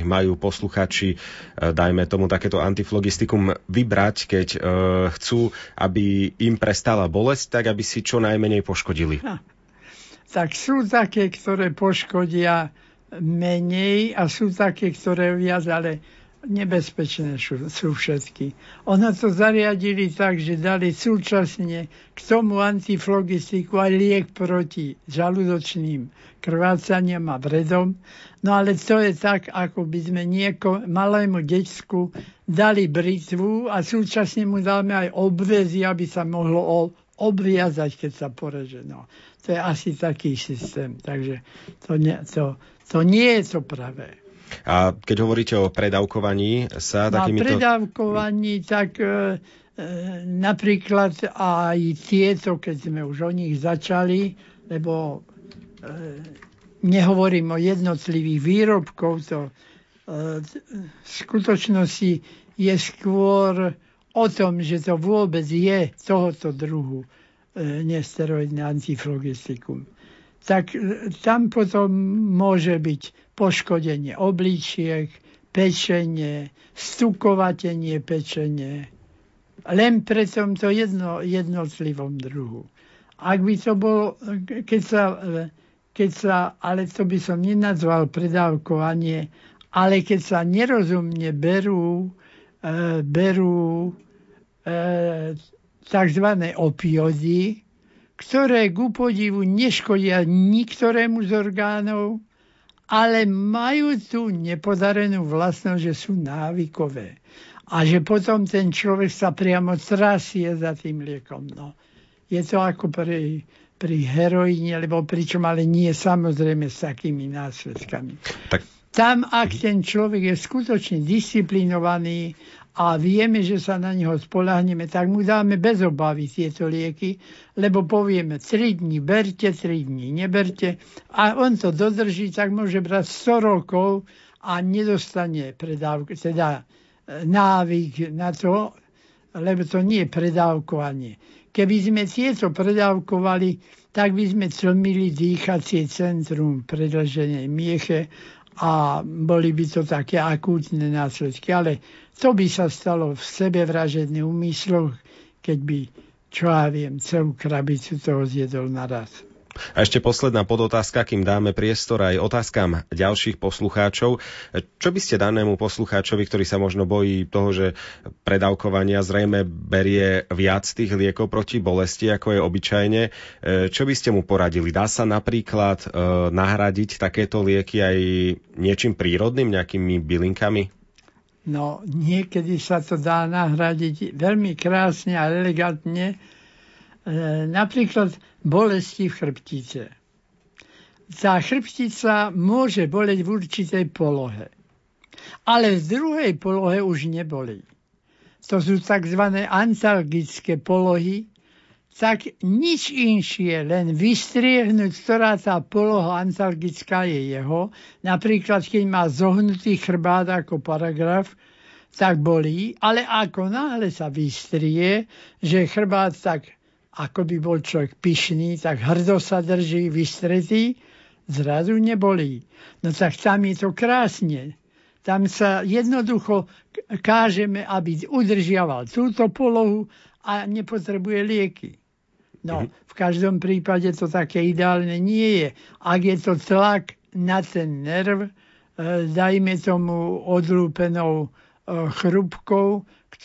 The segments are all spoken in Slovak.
majú posluchači, dajme tomu takéto antiflogistikum, vybrať, keď chcú, aby im prestala bolesť, tak aby si čo najmenej poškodili? Tak sú také, ktoré poškodia menej a sú také, ktoré viac, ale nebezpečné sú všetky. Ono to zariadili tak, že dali súčasne k tomu antiflogistiku aj liek proti žalúdočným krvácaniam a vredom. No ale to je tak, ako by sme malému decku dali britvu a súčasne mu dáme aj obvezy, aby sa mohlo obviazať, keď sa poreže. No, to je asi taký systém. Takže to nie je to pravé. A keď hovoríte o predávkovaní sa takýmito... Na predávkovaní, tak napríklad aj tieto, keď sme už o nich začali, lebo nehovorím o jednotlivých výrobkov, to v skutočnosti je skôr o tom, že to vôbec je tohoto druhu nesteroidné antiflogistikum. Tak tam potom môže byť poškodenie obličiek, pečenie, stukovatenie pečenie, len pre tomto jednotlivom druhu. Ak by to bolo, keď sa, ale to by som nenazval predávkovanie, ale keď sa nerozumne berú takzvané opioidy, ktoré ku podivu neškodia niktorému z orgánov, ale majú tú nepodarenú vlastnosť, že sú návykové. A že potom ten človek sa priamo trasie za tým liekom. No. Je to ako pri heroíne, lebo pričom ale nie samozrejme s takými následkami. Tak. Tam, ak ten človek je skutočne disciplinovaný a vieme, že sa na neho spoľahneme, tak mu dáme bez obavy tieto lieky, lebo povieme 3 dní berte, 3 dní neberte a on to dodrží, tak môže brať 100 rokov a nedostane návyk na to, lebo to nie je predávkovanie. Keby sme tieto predávkovali, tak by sme tlmili dýchacie centrum predĺženej mieche a boli by to také akútne následky. Ale to by sa stalo v sebevražedných úmysloch, keď by, čo ja viem, celú krabicu toho zjedol naraz. A ešte posledná podotázka, kým dáme priestor aj otázkam ďalších poslucháčov. Čo by ste danému poslucháčovi, ktorý sa možno bojí toho, že predávkovania zrejme berie viac tých liekov proti bolesti, ako je obyčajne, čo by ste mu poradili? Dá sa napríklad nahradiť takéto lieky aj niečím prírodným, nejakými bylinkami? No, niekedy sa to dá nahradiť veľmi krásne a elegantne. Napríklad bolesti v chrbtice. Tá chrbtica môže boleť v určitej polohe, ale v druhej polohe už nebolí. To sú tzv. Antalgické polohy, tak nič inšie, len vystriehnúť, ktorá tá poloha antalgická je jeho. Napríklad, keď má zohnutý chrbát ako paragraf, tak bolí, ale ako náhle sa vystrie, že chrbát tak ako by bol človek pyšný, tak hrdo sa drží, vystretý, zrazu nebolí. No tak tam je to krásne. Tam sa jednoducho kážeme, aby udržiaval túto polohu a nepotrebuje lieky. No, v každom prípade to také ideálne nie je. Ak je to tlak na ten nerv, dajme tomu odlúpenou chrúbkou,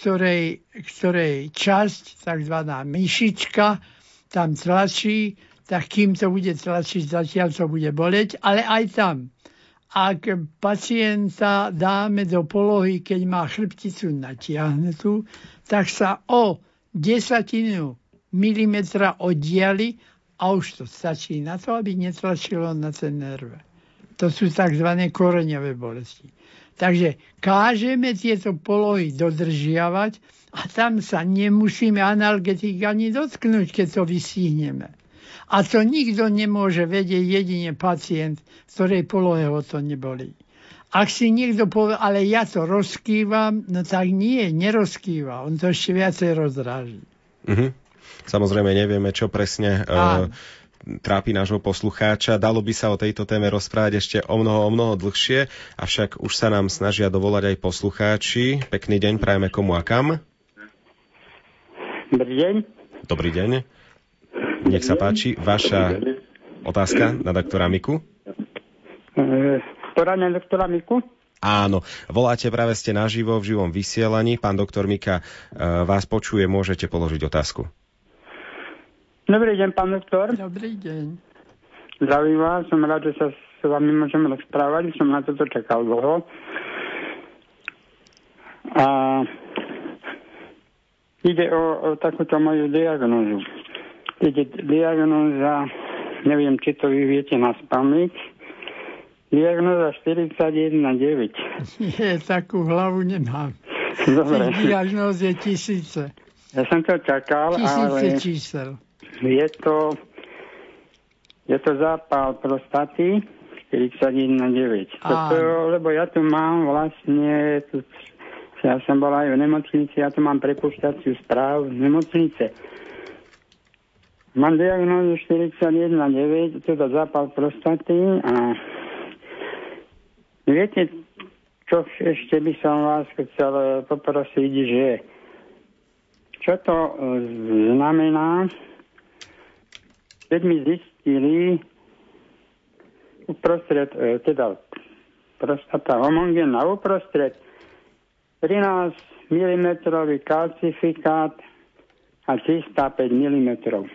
ktorej časť, takzvaná myšička, tam tlačí, tak kým to bude tlačiť, zatiaľ to bude boleť, ale aj tam. Ak pacienta dáme do polohy, keď má chrbticu natiahnutú, tak sa o 10 milimetra oddiali a už to stačí na to, aby netlačilo na ten nerv. To sú takzvané koreňové bolesti. Takže kážeme tieto polohy dodržiavať a tam sa nemusíme analgetik ani dotknúť, keď to vystihneme. A to nikto nemôže vedieť, jedine pacient, v ktorej polohe ho to nebolí. Ak si niekto povie, ale ja to rozkývam, no tak nie, nerozkýva. On to ešte viacej rozdráži. Samozrejme nevieme, čo presne trápi nášho poslucháča. Dalo by sa o tejto téme rozprávať ešte o mnoho dlhšie, avšak už sa nám snažia dovolať aj poslucháči. Pekný deň, prajeme komu a kam. Dobrý deň. Dobrý deň. Nech sa páči, vaša otázka na doktora Miku. Na doktora Miku? Áno, voláte, práve ste naživo v živom vysielaní. Pán doktor Mika vás počuje, môžete položiť otázku. Dobrý deň, pán doktor. Dobrý deň. Zdravím vás, som rád, že sa s vami môžem rozprávať, som na toto čakal dlho. A ide o takúto moju diagnózu. Ide diagnóza, neviem, či to vy viete na spamäť, diagnóza 41,9. Nie, takú hlavu nemám. Dobre. Tých diagnóz je tisíce. Ja som to čakal, ale čísel. je to zápal prostaty 41,9. Lebo ja tu mám vlastne, ja som bol aj v nemocnici, ja tu mám prepúšťaciu správu z nemocnice. Mám diagnózu 41,9, teda zápal prostaty a viete, čo ešte by som vás chcel poprosiť, že čo to znamená, keď mi zistili uprostred, teda prostata homogénna uprostred 13 mm kalcifikát a cista 5 mm.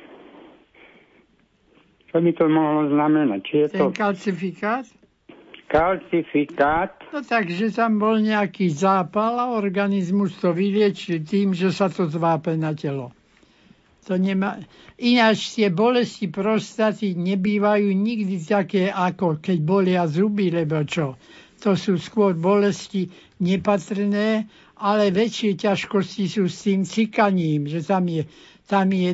Čo by to mohlo znamenať? Či je ten kalcifikát? Kalcifikát. No takže tam bol nejaký zápal a organizmus to vyliečil tým, že sa to zvápe na telo. To nemá... Ináč tie bolesti prostaty nebývajú nikdy také, ako keď bolia zuby, lebo čo? To sú skôr bolesti nepatrné, ale väčšie ťažkosti sú s tým cikaním, že tam je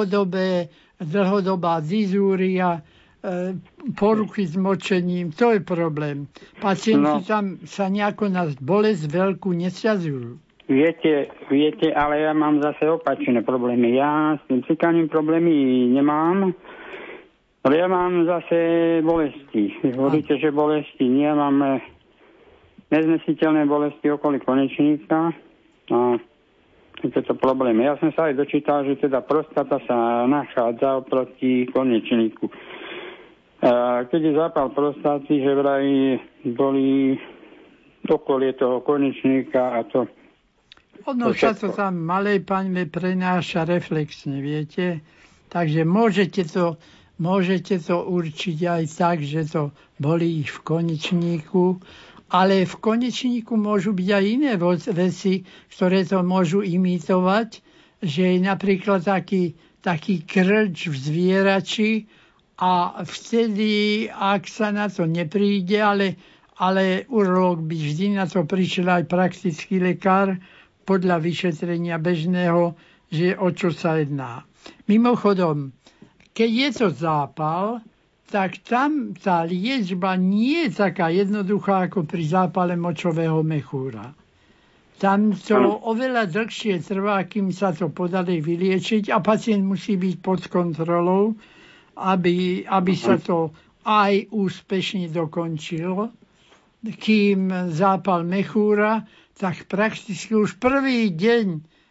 dlhodobá dizúria, poruchy s močením, to je problém. Pacienti tam sa nejako na bolesť veľkú nesťažujú. Viete, ale ja mám zase opačné problémy. Ja s tým cikaním problémy nemám, ale ja mám zase bolesti. Hovoríte, že bolesti nie, mám neznesiteľné bolesti okolí konečníka a tieto problémy. Ja som sa aj dočítal, že teda prostata sa nachádza oproti konečníku. Keď je zápal prostaty, že vraj boli okolie toho konečníka a to... Ono sa to tam malej paňme prenáša reflexne, viete? Takže môžete to určiť aj tak, že to bolí v konečníku, ale v konečníku môžu byť aj iné veci, ktoré to môžu imitovať, že je napríklad taký krč v zvierači, a vtedy, ak sa na to nepríde, ale urológ by vždy na to prišiel aj praktický lekár podľa vyšetrenia bežného, že o čo sa jedná. Mimochodom, keď je to zápal, tak tam tá liečba nie je taká jednoduchá ako pri zápale močového mechúra. Tam to oveľa dlhšie trvá, kým sa to podarí vyliečiť a pacient musí byť pod kontrolou, aby sa to aj úspešne dokončilo. Kým zápal mechúra, tak prakticky už prvý deň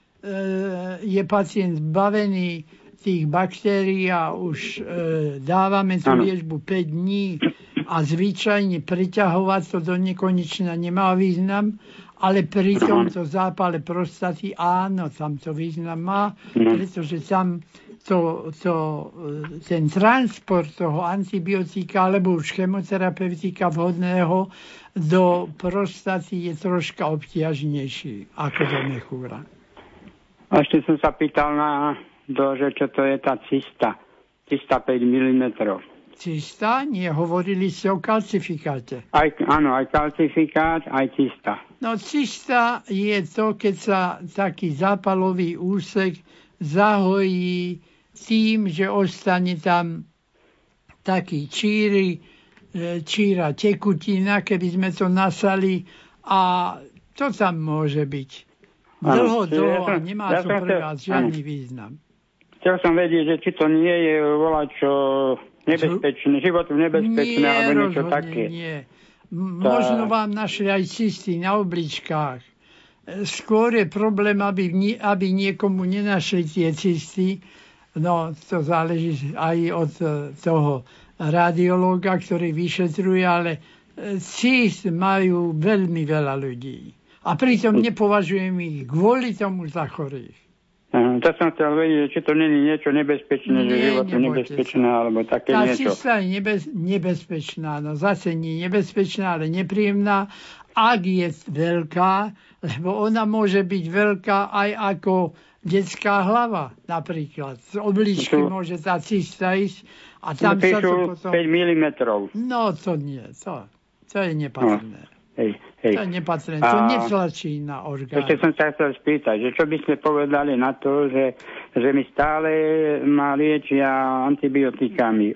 je pacient zbavený tých baktérií a už dávame tú liečbu 5 dní a zvyčajne priťahovať to do nekonečna nemá význam, ale pri tomto zápale prostaty áno, tam to význam má, pretože tam ten transport toho antibiotika alebo už chemoterapeutika vhodného do prostaty je troška obťažnejší ako do mechúra. A ešte som sa pýtal že čo to je tá cista 5 mm. Cista? Nie, hovorili ste o kalcifikáte. Áno, aj kalcifikát, aj cista. No cista je to, keď sa taký zápalový úsek zahojí tým, že ostane tam taký číra tekutina, keby sme to nasali a to tam môže byť. Dlho a nemá to pre vás žiadny význam. chcel som vedieť, že či to nie je volačo nebezpečné, životu nebezpečné, nie, alebo niečo také. Nie. Možno vám našli aj cysty na obličkách. Skôr je problém, aby niekomu nenašli tie cysty. No, to záleží aj od toho radiológa, ktorý vyšetruje, ale cyst majú veľmi veľa ľudí. A pritom nepovažujem ich kvôli tomu za chorých. To som chcel vedieť, či to nie je niečo nebezpečné, že život je nebezpečné, alebo také tá niečo. Tá cysta je nebezpečná, no zase nie nebezpečná, ale nepríjemná, ak je veľká, lebo ona môže byť veľká aj ako detská hlava, napríklad. Z obličky môže tá cysta ísť a tam sa to potom... 5 mm. No to nie, to je nepatrné. Hej. To je nepatrné, to netlačí na orgán. Ešte som sa chcel spýtať, že čo by ste povedali na to, že mi stále ma liečia antibiotikami.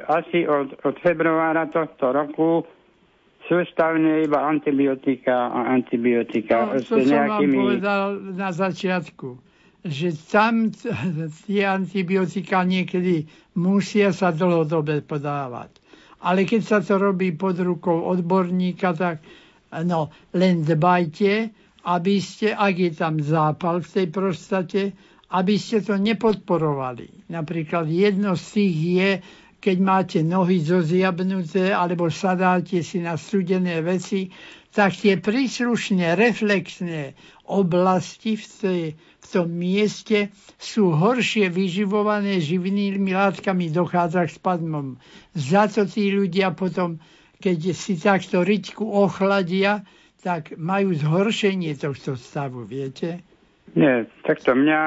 Od februára tohto roku sústavne iba antibiotika. No, to som vám povedal na začiatku, že tam tie antibiotika niekedy musia sa dlhodobe podávať. Ale keď sa to robí pod rukou odborníka, tak len dbajte, aby ste, ak je tam zápal v tej prostate, aby ste to nepodporovali. Napríklad jedno z tých je, keď máte nohy zozjabnuté alebo sadáte si na studené veci, tak tie príslušné reflexné oblasti v tom mieste sú horšie vyživované živnými látkami, dochádza k spazmom. Za to tí ľudia potom, keď si takto riťku ochladia, tak majú zhoršenie tohto stavu, viete? Nie, takto mňa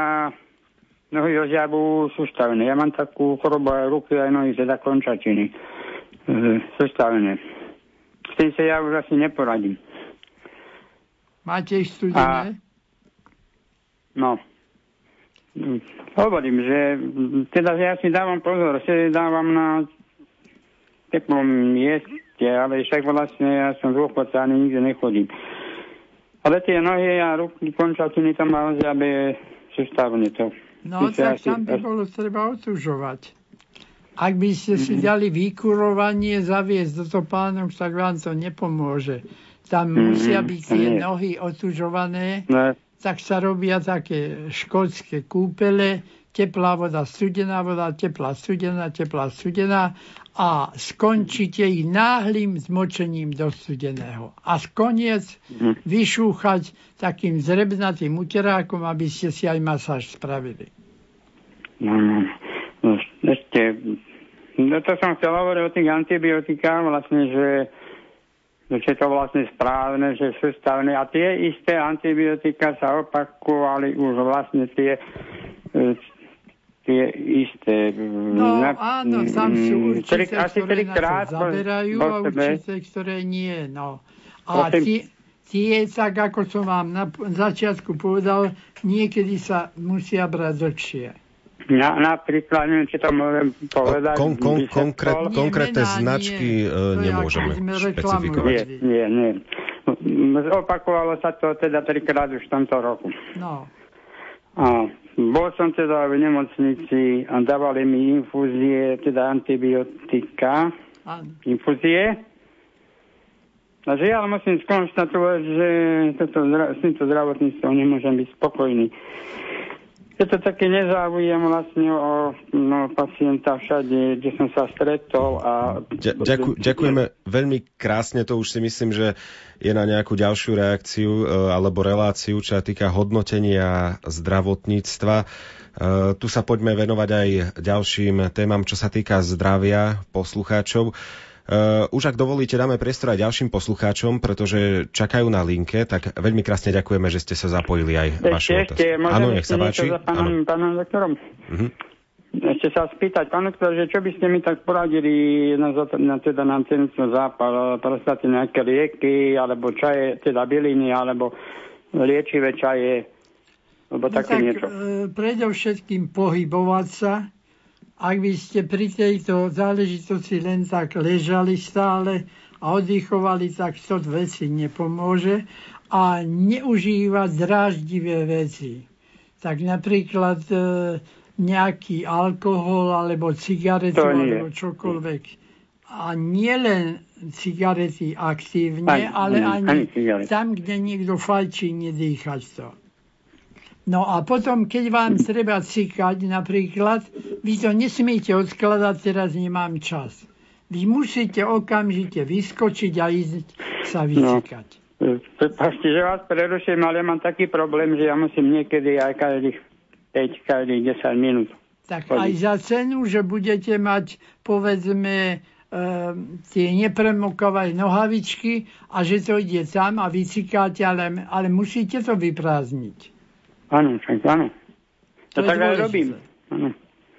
nohy ozjabu sústavne. Ja mám takú chorobu aj ruky, aj nohy, teda končatiny. Sústavne. S tým sa ja už asi neporadím. Máte ich studené? Hovorím, že teda ja si dávam pozor, dávam na teplom mieste, ale však vlastne ja som dôchodca, ani nikde nechodím. Ale tie nohy a ruky, končatiny tam má ozjabe sústavne to. No, tak tam by bolo treba otužovať. Ak by ste si dali vykurovanie zaviesť do topánok, tak vám to nepomôže. Tam musia byť tie nohy otužované, tak sa robia také škótske kúpele, teplá voda, studená voda, teplá, studená a skončíte ich náhlým zmočením do studeného. A koniec vyšúchať takým zrebnatým uterákom, aby ste si aj masáž spravili. To som chcel hovoriť o tých antibiotikách, vlastne, že je to vlastne správne, že sú stavné. A tie isté antibiotika sa opakovali už vlastne tie isté. Áno, tam sú určité, ktoré na to zaberajú a určité, ktoré nie. No. A tie, tak ako som vám na začiatku povedal, niekedy sa musia brať dlhšie. Napríklad, neviem, či to môžem povedať. Konkrétne značky nemôžeme špecifikovať. Nie. Opakovalo sa to teda 3-krát už v tomto roku. No. A bol som teda v nemocnici a dávali mi infúzie, teda antibiotika. Infúzie. A žiaľ, musím skonštatovať, že s týmto zdravotníctvom nemôžem byť spokojný. Je to také nezáujem vlastne o pacienta všade, kde som sa stretol. Ďakujeme veľmi krásne, to už si myslím, že je na nejakú ďalšiu reakciu alebo reláciu, čo sa týka hodnotenia zdravotníctva. Tu sa poďme venovať aj ďalším témam, čo sa týka zdravia poslucháčov. Už ak dovolíte, dáme priestor aj ďalším poslucháčom, pretože čakajú na linke, tak veľmi krásne ďakujeme, že ste sa zapojili aj vašu otázku. Áno, nech sa páči. Pánom doktorom. Ešte sa spýtať, pán doktor, že čo by ste mi tak poradili na tento zápal, proste nejaké lieky, alebo čaje, teda byliny, alebo liečivé čaje, alebo také niečo. Predovšetkým pohybovať sa. Ak by ste pri tejto záležitosti len tak ležali stále a oddychovali, tak to veci nepomôže. A neužívať dráždivé veci. Tak napríklad nejaký alkohol, alebo cigaretu, alebo čokoľvek. A nie len cigarety aktívne, ale ani tam, kde niekto fajčí, nedýchať to. No a potom, keď vám treba cikať napríklad, vy to nesmiete odkladať, teraz nemám čas. Vy musíte okamžite vyskočiť a ísť sa vycikať. Prepáčte, že vás preruším, ale mám taký problém, že ja musím niekedy aj každých 10 minút. Tak aj za cenu, že budete mať, povedzme, tie nepremokové nohavičky a že to ide tam a vycikáte, ale musíte to vyprázdniť. Áno, tak áno. To tak aj robím. Áno.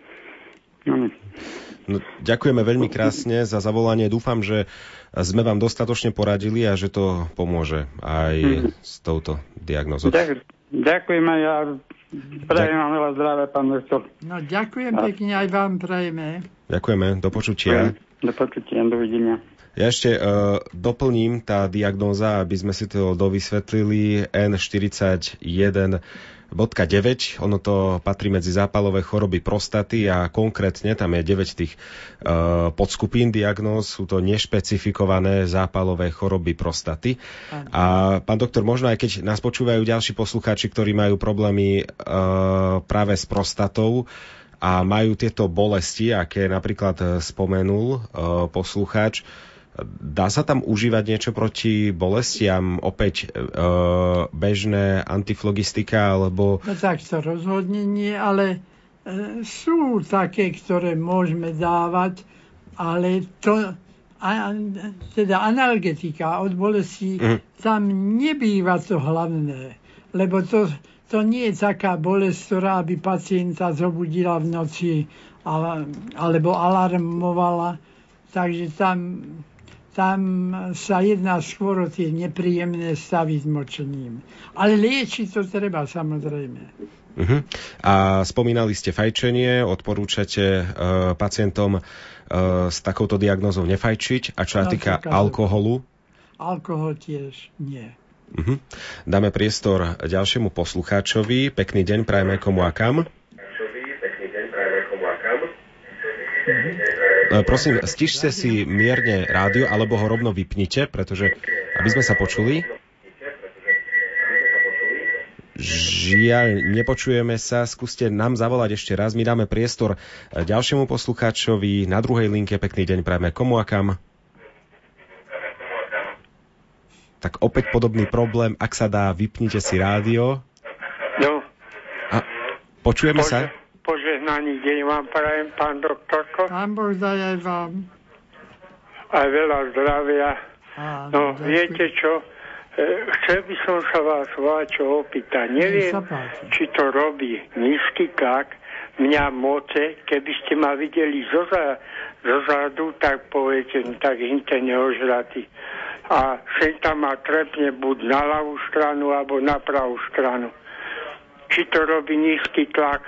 No, ďakujeme veľmi krásne za zavolanie. Dúfam, že sme vám dostatočne poradili a že to pomôže aj s touto diagnózou. Ďakujem aj ja. Prajem vám veľa zdravia, pán doktor. No, ďakujem pekne, aj vám prajeme. Ďakujeme, do počutia. Do počutia, dovidenia. Ja ešte doplním tá diagnóza, aby sme si to dovysvetlili. N41.9, ono to patrí medzi zápalové choroby prostaty a konkrétne tam je 9 tých podskupín diagnóz, sú to nešpecifikované zápalové choroby prostaty. A pán doktor, možno aj keď nás počúvajú ďalší poslucháči, ktorí majú problémy práve s prostatou a majú tieto bolesti, aké napríklad spomenul poslucháč, dá sa tam užívať niečo proti bolestiam? Opäť bežné antiflogistika, alebo... No tak to rozhodne nie, ale sú také, ktoré môžeme dávať, ale to... teda analgetika od bolesti, tam nebýva to hlavné, lebo to nie je taká bolesť, ktorá by pacienta zobudila v noci alebo alarmovala, takže tam sa jedná skôr o tie nepríjemné stavy s močením. Ale liečiť to treba, samozrejme. A spomínali ste fajčenie, odporúčate pacientom s takouto diagnózou nefajčiť. A čo sa týka alkoholu? Alkohol tiež nie. Dáme priestor ďalšiemu poslucháčovi. Pekný deň, prajeme komu a kam. Prosím, stižte si mierne rádio, alebo ho rovno vypnite, pretože aby sme sa počuli. Žiaľ, nepočujeme sa. Skúste nám zavolať ešte raz. My dáme priestor ďalšiemu poslucháčovi na druhej linke. Pekný deň, prajeme komu a kam. Tak opäť podobný problém. Ak sa dá, vypnite si rádio. No. A počujeme sa? Požehnaný deň vám prajem, pán doktorko. Pán Boh daj aj vám. Aj veľa zdravia. Áno, viete čo? Chcel by som sa vás čo opýtať. Neviem, či to robí nízky tlak. Mňa moce, keby ste ma videli zozadu, tak poviete, tak hinte neožratý. A sem tam ma trepne buď na ľavú stranu, alebo na pravú stranu. Či to robí nízky tlak?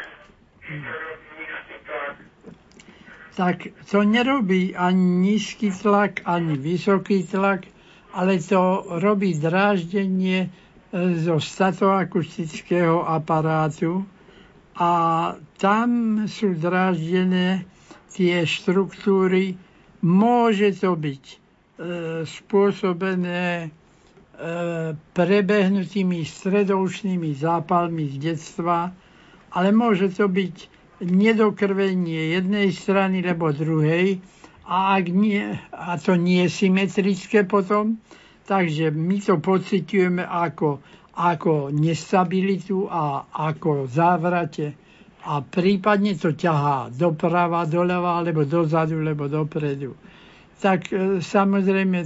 Tak to nerobí ani nízky tlak, ani vysoký tlak, ale to robí dráždenie zo statoakustického aparátu a tam sú dráždené tie štruktúry. Môže to byť spôsobené prebehnutými stredoučnými zápalmi z detstva, ale môže to byť nedokrvenie jednej strany alebo druhej a ak nie, a to nie je symetrické potom, takže my to pociťujeme ako nestabilitu a ako závrate a prípadne to ťahá doprava, doľava, alebo dozadu, alebo dopredu. Tak samozrejme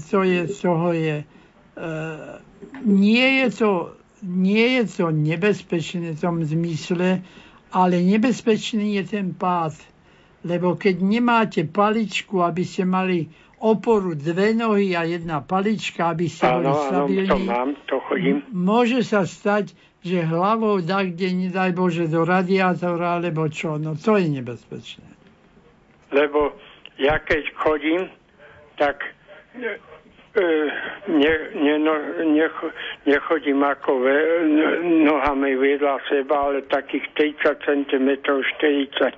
nie je to nebezpečné v tom zmysle, ale nebezpečný je ten pád. Lebo keď nemáte paličku, aby ste mali oporu 2 nohy a 1 palička, aby ste boli stabilní, môže sa stať, že hlavou dá kde, nedaj Bože, do radiátora, alebo čo. No to je nebezpečné. Lebo ja keď chodím, tak nechodím ako nohami vedľa seba, ale takých 30 cm, 40.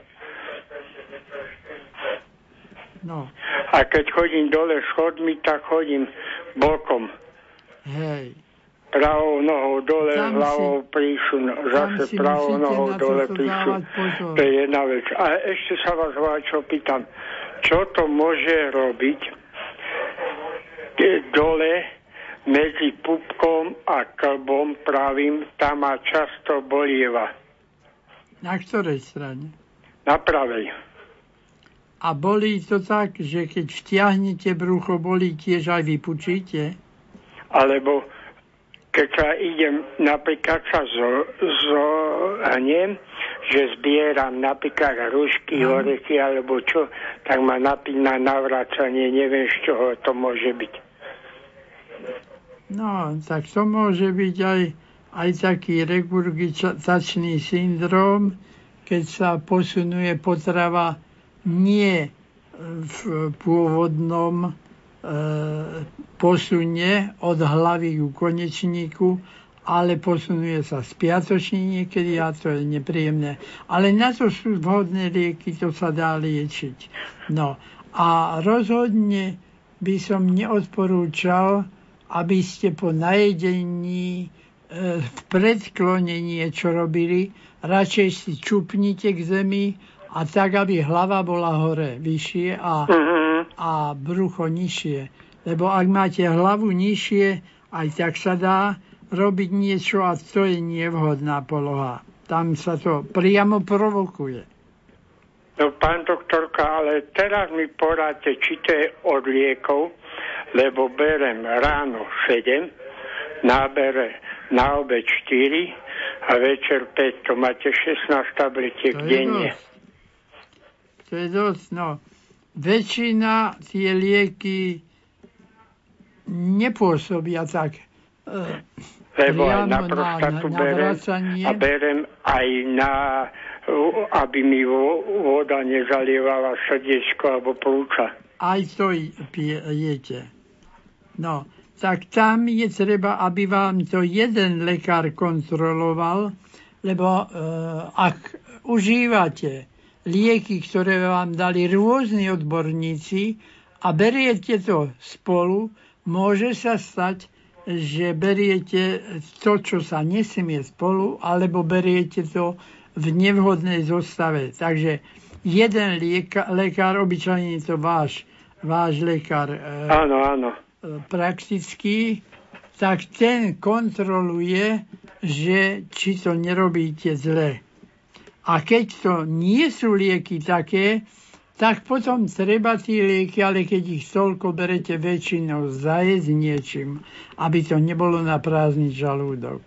No. A keď chodím dole schodmi, tak chodím bokom. Hej. Pravou nohou dole, hlavou prísun. Zase pravou nohou dole prísun. To je jedna vec. A ešte sa vás čo pýtam. Čo to môže robiť dole medzi pupkom a klbom pravým? Tam ma často bolieva. Na ktorej strane? Na pravej. A bolí to tak, že keď vtiahnete brucho, bolí tiež aj vypučíte? Alebo keď sa idem, napríklad sa zohnem, že zbieram napríklad hrušky, orechy alebo čo, tak ma napína navracanie, neviem z čoho to môže byť. No, tak to môže byť aj taký regurgitačný syndrom, keď sa posunuje potrava nie v pôvodnom posunie od hlavy ku konečníku, ale posunuje sa spiatočne niekedy a to je nepríjemné. Ale na to sú vhodné lieky, to sa dá liečiť. No a rozhodne by som neodporúčal, aby ste po najedení v predklone niečo robili. Radšej si čupnite k zemi a tak, aby hlava bola hore, vyššie a brucho nižšie. Lebo ak máte hlavu nižšie, aj tak sa dá robiť niečo a to je nevhodná poloha. Tam sa to priamo provokuje. No, pán doktorka, ale teraz mi poradte, či to je od liekov, lebo berem ráno 7, na obed 4 a večer 5. To máte 16 tabletiek denne. To je dosť, no. Väčšina tie lieky nepôsobia tak lebo aj na prostatu berem a berem aj na, aby mi voda nezalievala srdiečko alebo plúca. Aj to jete. No, tak tam je treba, aby vám to jeden lekár kontroloval, lebo ak užívate lieky, ktoré vám dali rôzni odborníci a beriete to spolu, môže sa stať, že beriete to, čo sa nesmie spolu, alebo beriete to v nevhodnej zostave. Takže jeden lekár, obyčajne je to váš lekár áno. praktický, tak ten kontroluje, že či to nerobíte zle. A keď to nie sú lieky také, tak potom treba tie lieky, ale keď ich toľko berete väčšinou zajesť niečím, aby to nebolo na prázdny žalúdok.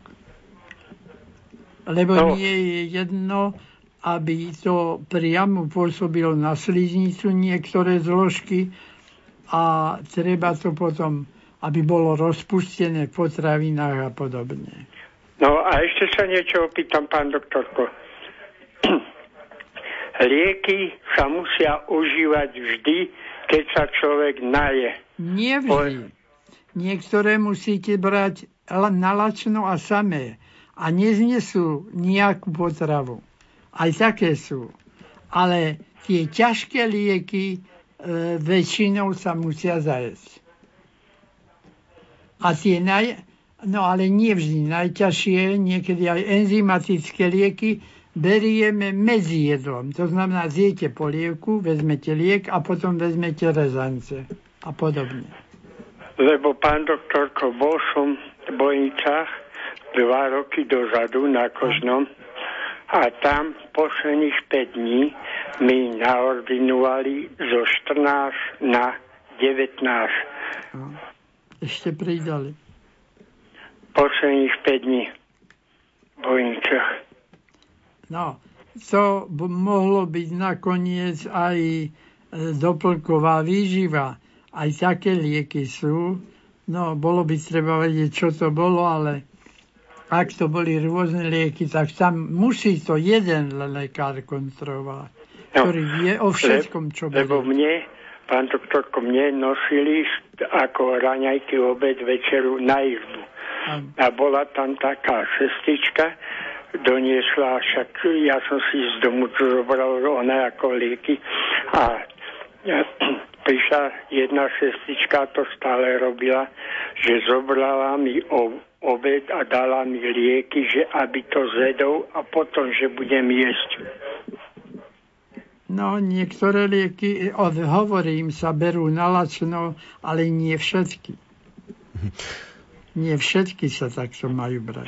Lebo nie je jedno, aby to priamo pôsobilo na sliznicu niektoré zložky a treba to potom, aby bolo rozpustené v potravinách a podobne. No a ešte sa niečo opýtam, pán doktorko. Lieky sa musia užívať vždy, keď sa človek naje. Nie vždy. Niektoré musíte brať nalačno a samé a neznesú nejakú potravu. Aj také sú. Ale tie ťažké lieky väčšinou sa musia zajesť. A tie no ale nie vždy najťažšie, niekedy aj enzymatické lieky berieme medzi jedlom. To znamená, zjete polievku, vezmete liek a potom vezmete rezance a podobne. Lebo, pán doktorko, bol som v Bojnicách 2 roky dozadu na Kožnom a tam posledných 5 dní mi naordinovali zo 14 na 19. Ešte pridali. Posledných 5 dní v Bojnicách. No, to mohlo byť nakoniec aj doplnková výživa. Aj také lieky sú. No, bolo by treba vedieť, čo to bolo, ale ak to boli rôzne lieky, tak tam musí to jeden lekár kontrolovať, ktorý vie o všetkom, čo bolo. Lebo mne pán doktorko, mne nosili ako raňajky, obed, večeru na izbu. A bola tam taká sestrička, doniesla, však ja som si z domu zobral ona ako lieky a prišla jedna sestrička, to stále robila, že zobrala mi obed a dala mi lieky, že aby to zjedol a potom, že budem jesť. No, niektoré lieky, hovorím, sa berú na lacno, ale nie všetky. Nie všetky sa takto majú brať.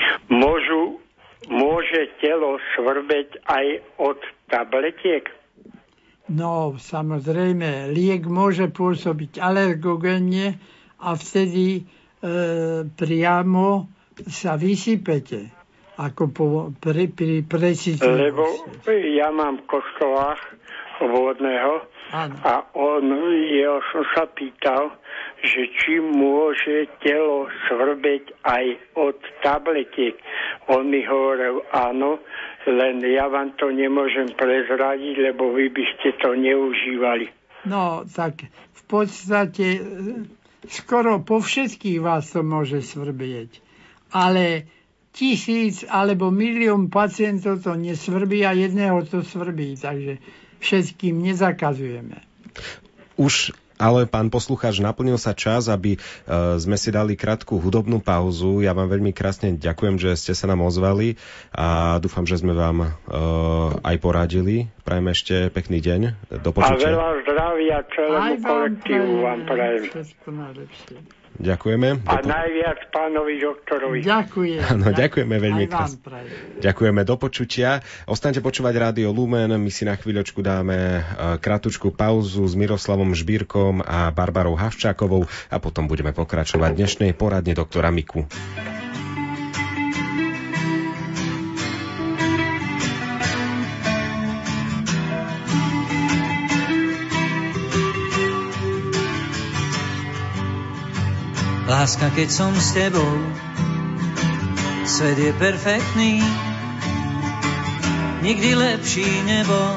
Môže telo svrbeť aj od tabletiek? No, samozrejme, liek môže pôsobiť alergogenne a vtedy priamo sa vysypete, ako pri presícení. Lebo ja mám v Koštovách vodného a som sa pýtal, že či môže telo svrbeť aj od tabletiek. On mi hovoril áno, len ja vám to nemôžem prezradiť, lebo vy by ste to neužívali. No, tak v podstate skoro po všetkých vás to môže svrbieť. Ale 1000 alebo 1 000 000 pacientov to nesvrbí a jedného to svrbí, takže všetkým nezakazujeme. Už ale, pán poslucháč, naplnil sa čas, aby sme si dali krátku hudobnú pauzu. Ja vám veľmi krásne ďakujem, že ste sa nám ozvali a dúfam, že sme vám aj poradili. Prajem ešte pekný deň. Do počutia. A veľa zdravia celému kolektívu vám prajem. Všetko najlepšie. Ďakujeme. A najviac pánovi doktorovi. Ďakujem. Áno, ďakujeme veľmi krásne. Ďakujeme, do počutia. Ostaňte počúvať Rádio Lumen. My si na chvíľočku dáme krátku pauzu s Miroslavom Žbírkom a Barbarou Havčákovou a potom budeme pokračovať v dnešnej poradne doktora Miku. Láska, keď som s tebou, svet je perfektný, nikdy lepší nebol.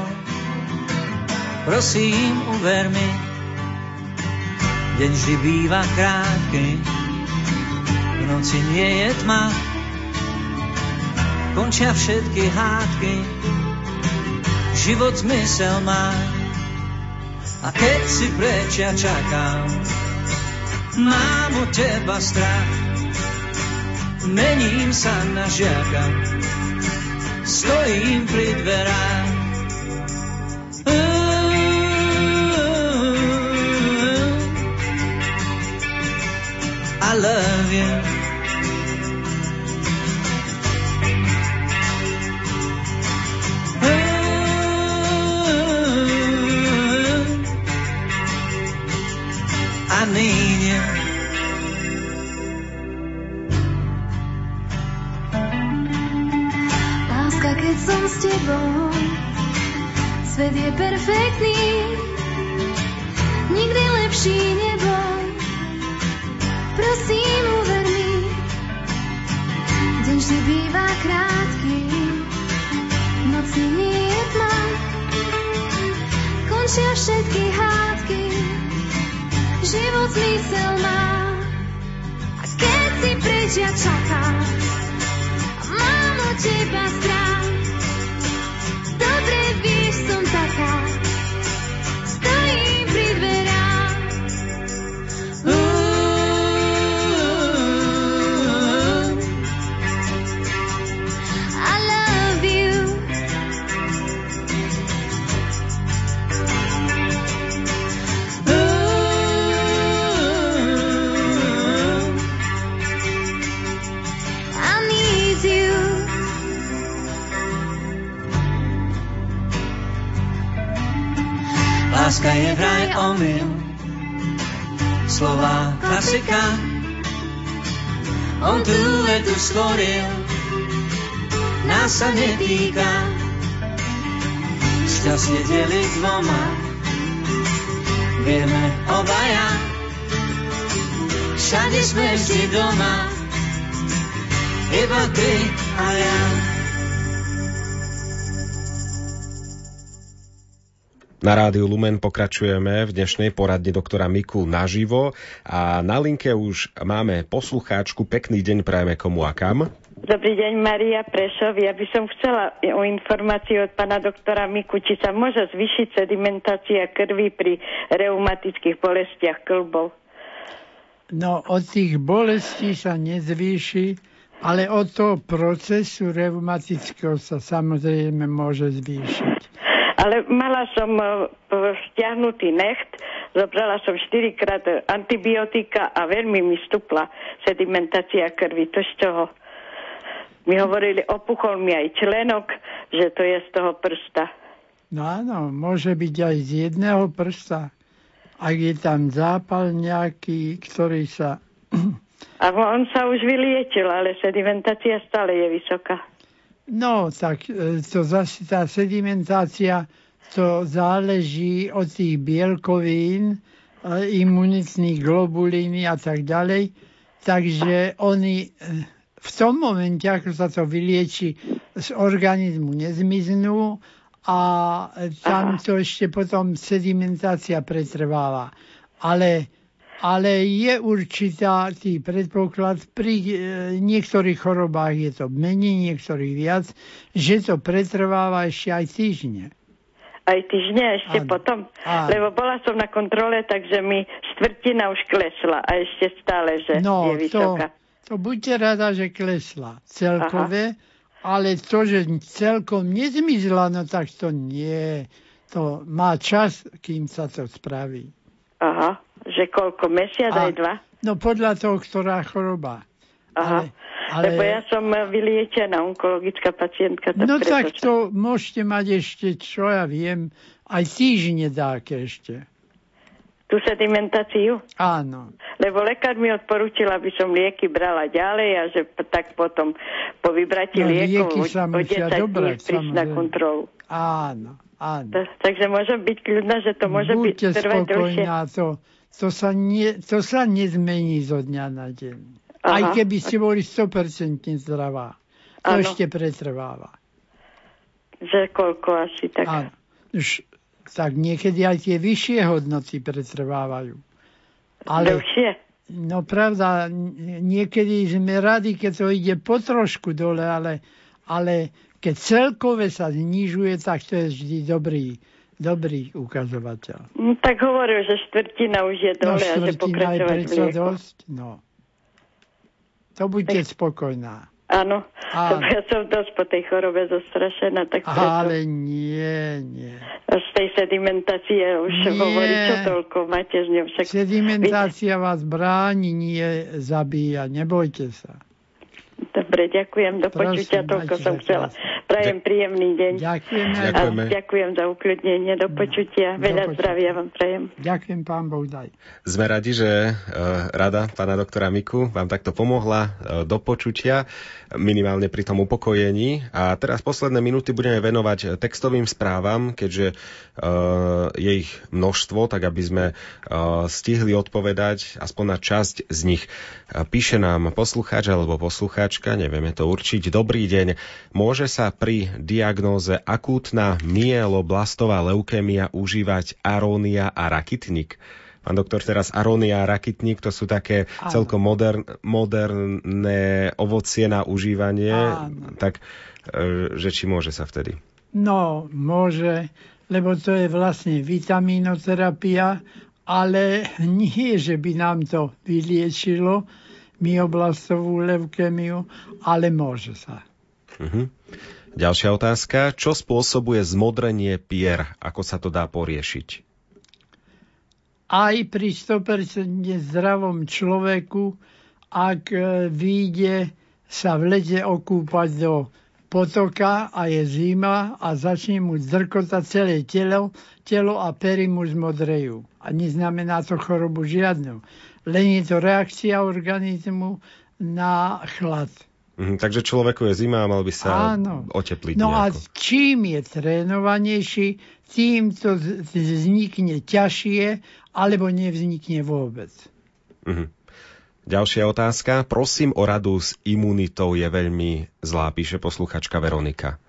Prosím, uver mi, deň vždy býva krátky, v noci nie je tma, končia všetky hádky, život zmysel má. A keď si preč, ja čakám, mám od teba strach, mením sa na žiaka, stojím pri dverách. I love you. I need you. Láska, keď som s tebou, svet je perfektný, nikdy lepší nebol. Prosím, uver mi, deň vždy býva krátky, noci nie je tma, končia všetky hádky, život zmysel má. A keď si preč, ja čakám, a mám od teba strach, dobre vieš, som taká, stojím pri dverách. I love you. Láska je vraj omyl, slová klasika, on tú vetu stvoril, nás sa netýka, šťastie deliť dvoma, vieme obaja, všade sme vždy doma, iba ty a ja. Na Rádiu Lumen pokračujeme v dnešnej poradni doktora Miku naživo a na linke už máme poslucháčku. Pekný deň prajeme komu a kam. Dobrý deň, Maria Prešov. Ja by som chcela o informáciu od pána doktora Miku, či sa môže zvýšiť sedimentácia krvi pri reumatických bolestiach kĺbov. No, od tých bolestí sa nezvýši, ale od toho procesu reumatického sa samozrejme môže zvýšiť. Ale mala som stiahnutý necht, zobrala som 4-krát antibiotika a veľmi mi stúpla sedimentácia krvi. To z toho mi hovorili, opuchol mi aj členok, že to je z toho prsta. No áno, môže byť aj z jedného prsta. Ak je tam zápal nejaký, ktorý sa... A on sa už vyliečil, ale sedimentácia stále je vysoká. No, tak to zase tá sedimentácia, to záleží od tých bielkovín, imunitných globulín a tak ďalej. Takže oni v tom momente, ako sa to vylieči, z organizmu nezmiznú a tam to ešte potom sedimentácia pretrváva. Ale je určitá tý predpoklad, pri niektorých chorobách je to menej, niektorých viac, že to pretrváva ešte aj týždne. Aj týždne ešte áno. Potom? Áno. Lebo bola som na kontrole, takže mi štvrtina už klesla a ešte stále, že je vysoká. To buďte rada, že klesla celkové, ale to, že celkom nezmizla, no tak to nie. To má čas, kým sa to spraví. Aha. Že koľko? Mesiac aj 2? No podľa toho, ktorá choroba. Aha. Lebo ja som vyliečená onkologická pacientka. No tak to môžete mať ešte, čo ja viem, aj týždne dáke ešte. Tú sedimentáciu? Áno. Lebo lekár mi odporúčil, aby som lieky brala ďalej a že tak potom po vybratí liekov o 10 dní prísť na kontrolu. Áno. Takže môžem byť kľudná, že to môže byť trvať dlhšie. To sa nezmení zo dňa na deň. Aha. Aj keby ste boli 100% zdravá. To ešte pretrváva. Že koľko asi tak? Áno. Už tak niekedy aj tie vyššie hodnoty pretrvávajú. Dlhšie? No pravda, niekedy sme radi, keď to ide po trošku dole, ale keď celkové sa znižuje, tak to je vždy dobrý ukazovateľ. Tak hovoril, že štvrtina už je dole a že pokračovať v lieku. Dosť, no. To buďte spokojná. Áno. Ja som dosť po tej chorobe zostrašená. Tak ale nie. Z tej sedimentácie už hovorí, čo toľko máte z ňou. Sedimentácia vás bráni, nie zabíja. Nebojte sa. Dobre, ďakujem. Do počutia, toľko som chcela. Prajem príjemný deň. Ďakujeme. A ďakujem za ukľudnenie. Do počutia. Veľa zdravia vám prajem. Ďakujem, pán Boh daj. Sme radi, že rada pána doktora Miku vám takto pomohla. Do počutia, minimálne pri tom upokojení. A teraz posledné minúty budeme venovať textovým správam, keďže je ich množstvo, tak aby sme stihli odpovedať aspoň na časť z nich. Píše nám poslucháč alebo poslucháčka, nevieme to určiť. Dobrý deň. Môže sa pri diagnóze akútna myeloblastová leukémia užívať arónia a rakitník? Pán doktor, teraz arónia a rakitník, to sú také celkom moderné ovocie na užívanie. Tak, že či môže sa vtedy? No, môže, lebo to je vlastne vitamínoterapia, ale nie, že by nám to vyliečilo myeloblastovú leukémiu, ale môže sa. Ďalšia otázka. Čo spôsobuje zmodrenie pier? Ako sa to dá poriešiť? Aj pri 100% zdravom človeku, ak vyjde sa v lete okúpať do potoka a je zima a začne mu zdrkotať celé telo a pery mu zmodrejú. A neznamená to chorobu žiadnu. Len je to reakcia organizmu na chlad. Takže človeku je zima a mal by sa otepliť No nejako. A čím je trénovanejší, tým to vznikne ťažšie, alebo nevznikne vôbec. Ďalšia otázka. Prosím o radu s imunitou, je veľmi zlá, píše posluchačka Veronika.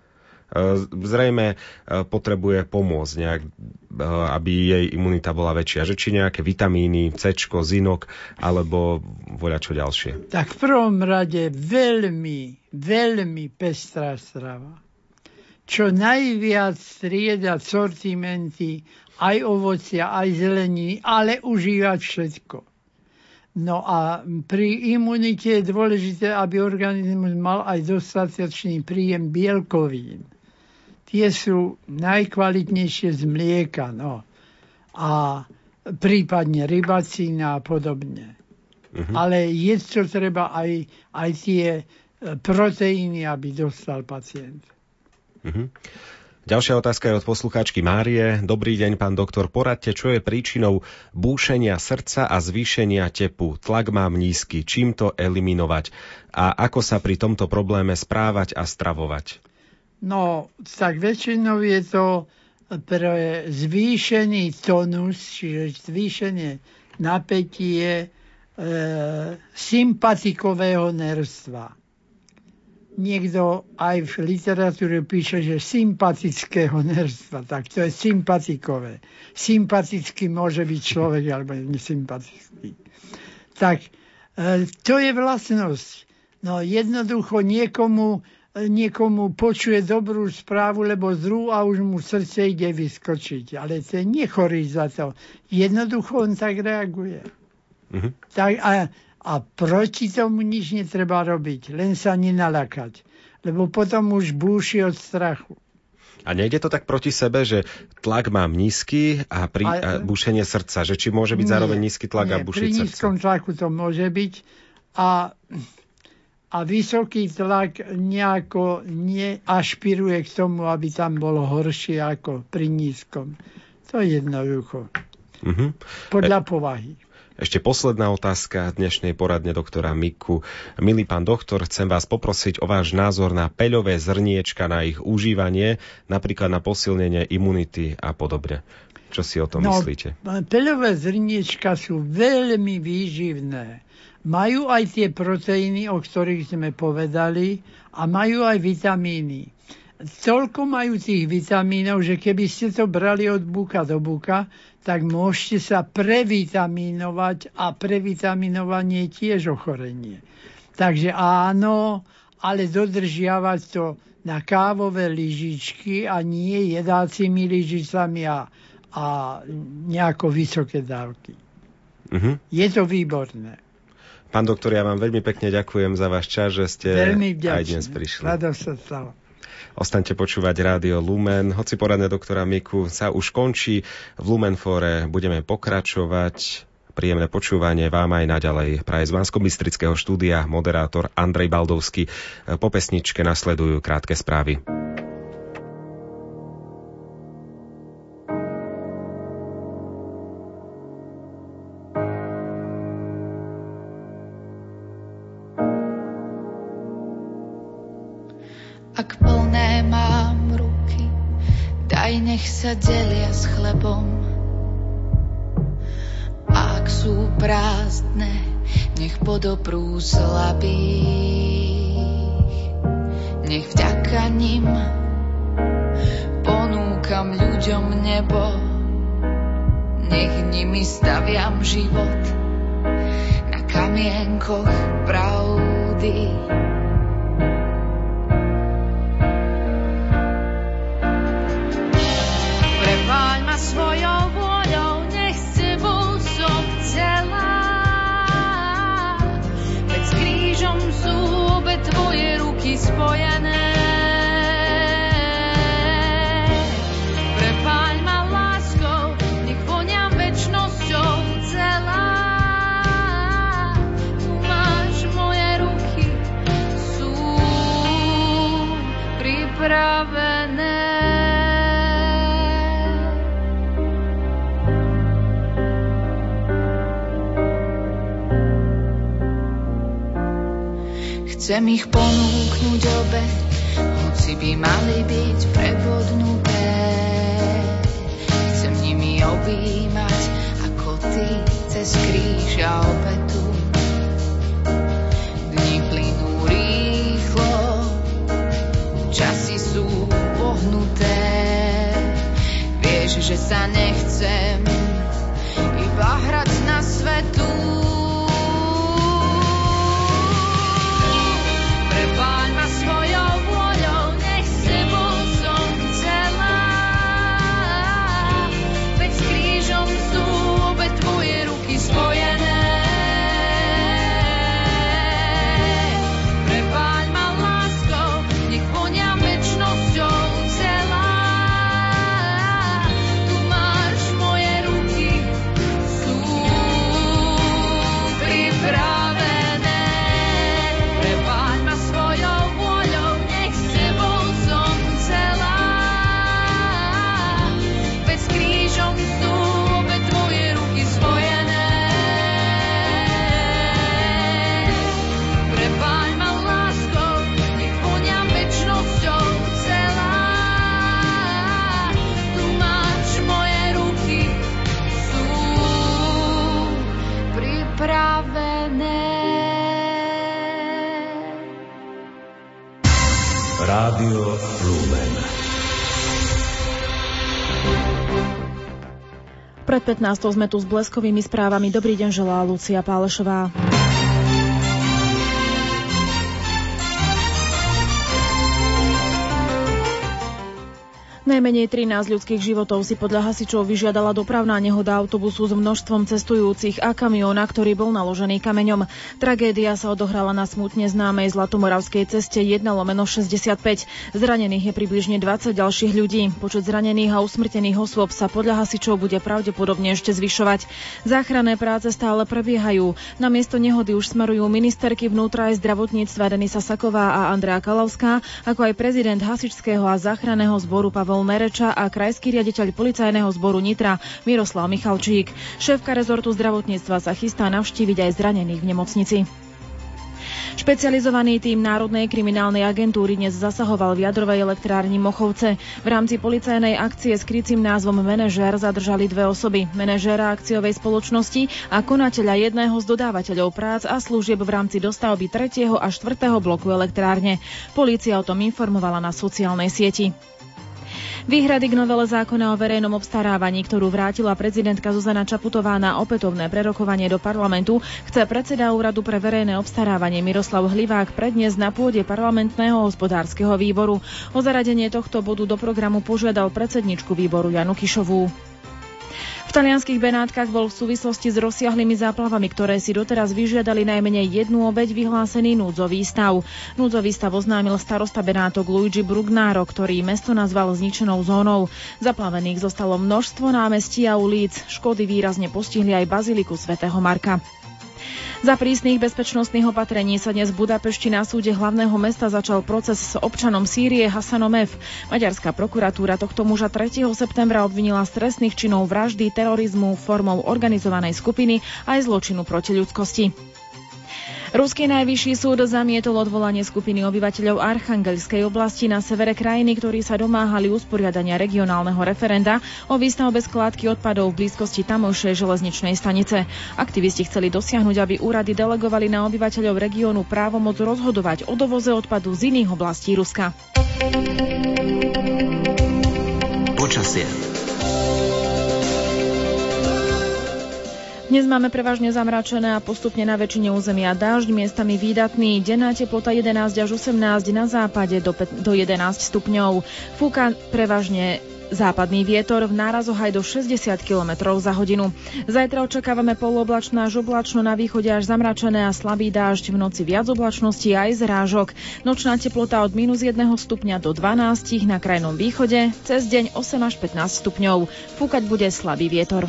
Zrejme potrebuje pomôcť nejak, aby jej imunita bola väčšia. Že či nejaké vitamíny, C-čko, zinok, alebo voľačo ďalšie. Tak v prvom rade veľmi pestrá strava. Čo najviac striedať sortimenty, aj ovocia, aj zeleniny, ale užívať všetko. No a pri imunite je dôležité, aby organizmus mal aj dostatočný príjem bielkovín. Tie sú najkvalitnejšie z mlieka, no. A prípadne rybacína a podobne. Ale jesť to treba aj tie proteíny, aby dostal pacient. Ďalšia otázka je od poslucháčky Márie. Dobrý deň, pán doktor. Poradte, čo je príčinou búšenia srdca a zvýšenia tepu. Tlak mám nízky. Čím to eliminovať? A ako sa pri tomto probléme správať a stravovať? No, tak väčšinou je to pre zvýšený tonus, čiže zvýšenie napätie sympatikového nerstva. Niekto aj v literatúre píše, že sympatického nerstva, tak to je sympatikové. Sympatický môže byť človek, alebo nesympatický. Tak to je vlastnosť. No jednoducho niekomu počuje dobrú správu, lebo zlú a už mu srdce ide vyskočiť. Ale to je nechorý za to. Jednoducho on tak reaguje. Tak a proti tomu nič netreba robiť, len sa nenalakať, lebo potom už búši od strachu. A nejde to tak proti sebe, že tlak mám nízky a búšenie srdca, že či môže byť zároveň nízky tlak a búšiť srdca? Pri nízkom tlaku to môže byť a vysoký tlak nejako neašpiruje k tomu, aby tam bolo horšie ako pri nízkom. To je jednoducho. Podľa povahy. Ešte posledná otázka dnešnej poradne doktora Miku. Milý pán doktor, chcem vás poprosiť o váš názor na peľové zrniečka, na ich užívanie, napríklad na posilnenie imunity a podobne. Čo si o tom myslíte? Peľové zrniečka sú veľmi výživné. Majú aj tie proteíny, o ktorých sme povedali, a majú aj vitamíny. Toľko majú tých vitamínov, že keby ste to brali od buka do buka, tak môžete sa previtaminovať a previtaminovanie je tiež ochorenie. Takže áno, ale dodržiavať to na kávové lyžičky a nie jedácimi lyžicami a nejako vysoké dávky. Je to výborné. Pán doktor, ja vám veľmi pekne ďakujem za váš čas, že ste aj dnes prišli. Rado sa stalo. Ostaňte počúvať Rádio Lumen. Hoci poradne doktora Miku sa už končí, v Lumenfore budeme pokračovať. Príjemné počúvanie vám aj naďalej praje z Banskobystrického štúdia moderátor Andrej Baldovský. Po pesničke nasledujú krátke správy. Ak plné mám ruky, daj nech sa delia s chlebom. A ak sú prázdne, nech podoprú slabých. Nech vďaka nim ponúkam ľuďom nebo, nech nimi staviam život na kamienkoch pravdy. Prepáľ ma svojou vôľou, nech s tebou som celá. Veď s krížom sú obe tvoje ruky spojené. Prepáľ ma láskou, nech voniam večnosťou celá. Tu máš moje ruky, sú pripravené. Chcem ich ponúknuť obe, hoci by mali byť prevodnuté. Chcem nimi objímať, ako ty cez kríž a obetu. Dni plynú rýchlo, časy sú Rádio Lumen. Pred 15. sme tu s bleskovými správami. Dobrý deň želá Lucia Pálešová. Najmenej 13 ľudských životov si podľa hasičov vyžiadala dopravná nehoda autobusu s množstvom cestujúcich a kamióna, ktorý bol naložený kameňom. Tragédia sa odohrala na smutne známej Zlatomoravskej ceste 1/65. Zranených je približne 20 ďalších ľudí. Počet zranených a usmrtených osôb sa podľa hasičov bude pravdepodobne ešte zvyšovať. Záchranné práce stále prebiehajú. Na miesto nehody už smerujú ministerky vnútra aj zdravotníctva Denisa Saková a Andrea Kalavská, ako aj prezident hasičského a záchranného zboru Pavel Mereča a krajský riaditeľ policajného zboru Nitra Miroslav Michalčík. Šéfka rezortu zdravotníctva sa chystá navštíviť aj zranených v nemocnici. Špecializovaný tím Národnej kriminálnej agentúry dnes zasahoval v jadrovej elektrárni Mochovce. V rámci policajnej akcie s krycím názvom Manažér zadržali 2 osoby. Manažéra akciovej spoločnosti a konateľa jedného z dodávateľov prác a služieb v rámci dostavby 3. a 4. bloku elektrárne. Polícia o tom informovala na sociálnej sieti. Výhrady k novele zákona o verejnom obstarávaní, ktorú vrátila prezidentka Zuzana Čaputová na opätovné prerokovanie do parlamentu, chce predseda Úradu pre verejné obstarávanie Miroslav Hlivák predniesť na pôde parlamentného hospodárskeho výboru. O zaradenie tohto bodu do programu požiadal predsedničku výboru Janu Kišovú. V talianskych Benátkach bol v súvislosti s rozsiahlymi záplavami, ktoré si doteraz vyžiadali najmenej 1 obeť, vyhlásený núdzový stav. Núdzový stav oznámil starosta Benátok Luigi Brugnaro, ktorý mesto nazval zničenou zónou. Zaplavených zostalo množstvo námestí a ulic. Škody výrazne postihli aj baziliku svätého Marka. Za prísnych bezpečnostných opatrení sa dnes v Budapešti na súde hlavného mesta začal proces s občanom Sýrie Hasanom F. Maďarská prokuratúra tohto muža 3. septembra obvinila z trestných činov vraždy, terorizmu, formou organizovanej skupiny aj zločinu proti ľudskosti. Ruský najvyšší súd zamietol odvolanie skupiny obyvateľov Archangelskej oblasti na severe krajiny, ktorí sa domáhali usporiadania regionálneho referenda o výstavbe skládky odpadov v blízkosti tamojšej železničnej stanice. Aktivisti chceli dosiahnuť, aby úrady delegovali na obyvateľov regiónu právomoc rozhodovať o dovoze odpadu z iných oblastí Ruska. Počasie. Dnes máme prevažne zamračené a postupne na väčšine územia dážď, miestami výdatný. Denná teplota 11 až 18, na západe do 11 stupňov. Fúka prevažne západný vietor, v nárazoch aj do 60 km za hodinu. Zajtra očakávame polooblačno až oblačno, na východe až zamračené a slabý dážď, v noci viac oblačnosti aj zrážok. Nočná teplota od -1 stupňa do 12, na krajnom východe, cez deň 8 až 15 stupňov. Fúkať bude slabý vietor.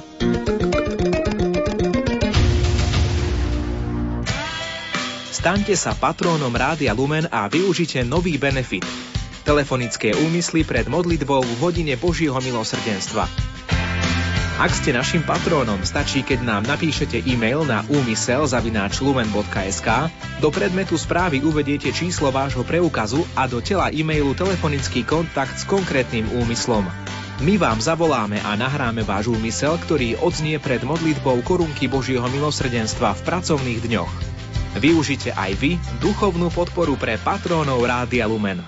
Staňte sa patrónom Rádia Lumen a využite nový benefit. Telefonické úmysly pred modlitbou v hodine Božieho milosrdenstva. Ak ste našim patrónom, stačí, keď nám napíšete e-mail na umysel@lumen.sk, do predmetu správy uvediete číslo vášho preukazu a do tela e-mailu telefonický kontakt s konkrétnym úmyslom. My vám zavoláme a nahráme váš úmysel, ktorý odznie pred modlitbou korunky Božieho milosrdenstva v pracovných dňoch. Využite aj vy duchovnú podporu pre patrónov Rádia Lumen.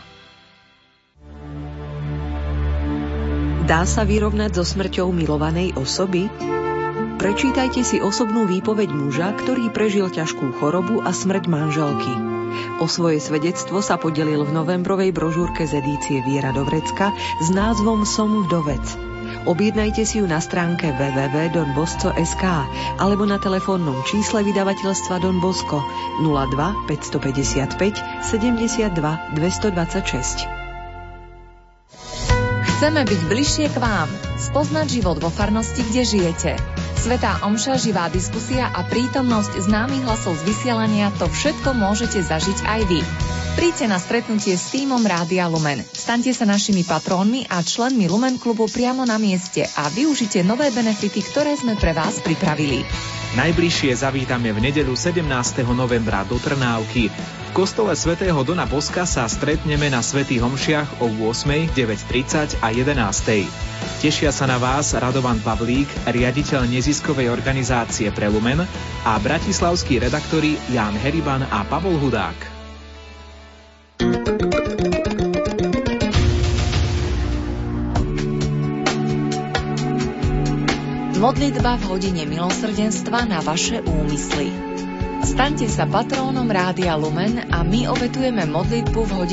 Dá sa vyrovnať so smrťou milovanej osoby? Prečítajte si osobnú výpoveď muža, ktorý prežil ťažkú chorobu a smrť manželky. O svoje svedectvo sa podelil v novembrovej brožúrke z edície Viera Dovrecka s názvom Som vdovec. Objednajte si ju na stránke www.donbosco.sk alebo na telefónnom čísle vydavateľstva Don Bosco 02 555 72 226. Chceme byť bližšie k vám, spoznať život vo farnosti, kde žijete. Svätá omša, živá diskusia a prítomnosť známych hlasov z vysielania, to všetko môžete zažiť aj vy. Príďte na stretnutie s tímom Rádia Lumen. Staňte sa našimi patrónmi a členmi Lumen klubu priamo na mieste a využite nové benefity, ktoré sme pre vás pripravili. Najbližšie zavítame v nedeľu 17. novembra do Trnávky. V kostole svätého Dona Boska sa stretneme na svätých omšiach o 8., 9:30 a 11:00. Tešia sa na vás Radovan Pavlík, riaditeľ neziskovej organizácie pre Lumen, a bratislavskí redaktori Ján Heriban a Pavol Hudák. Modlitba v hodine milosrdenstva na vaše úmysly. Staňte sa patrónom Rádia Lumen a my obetujeme modlitbu v hodine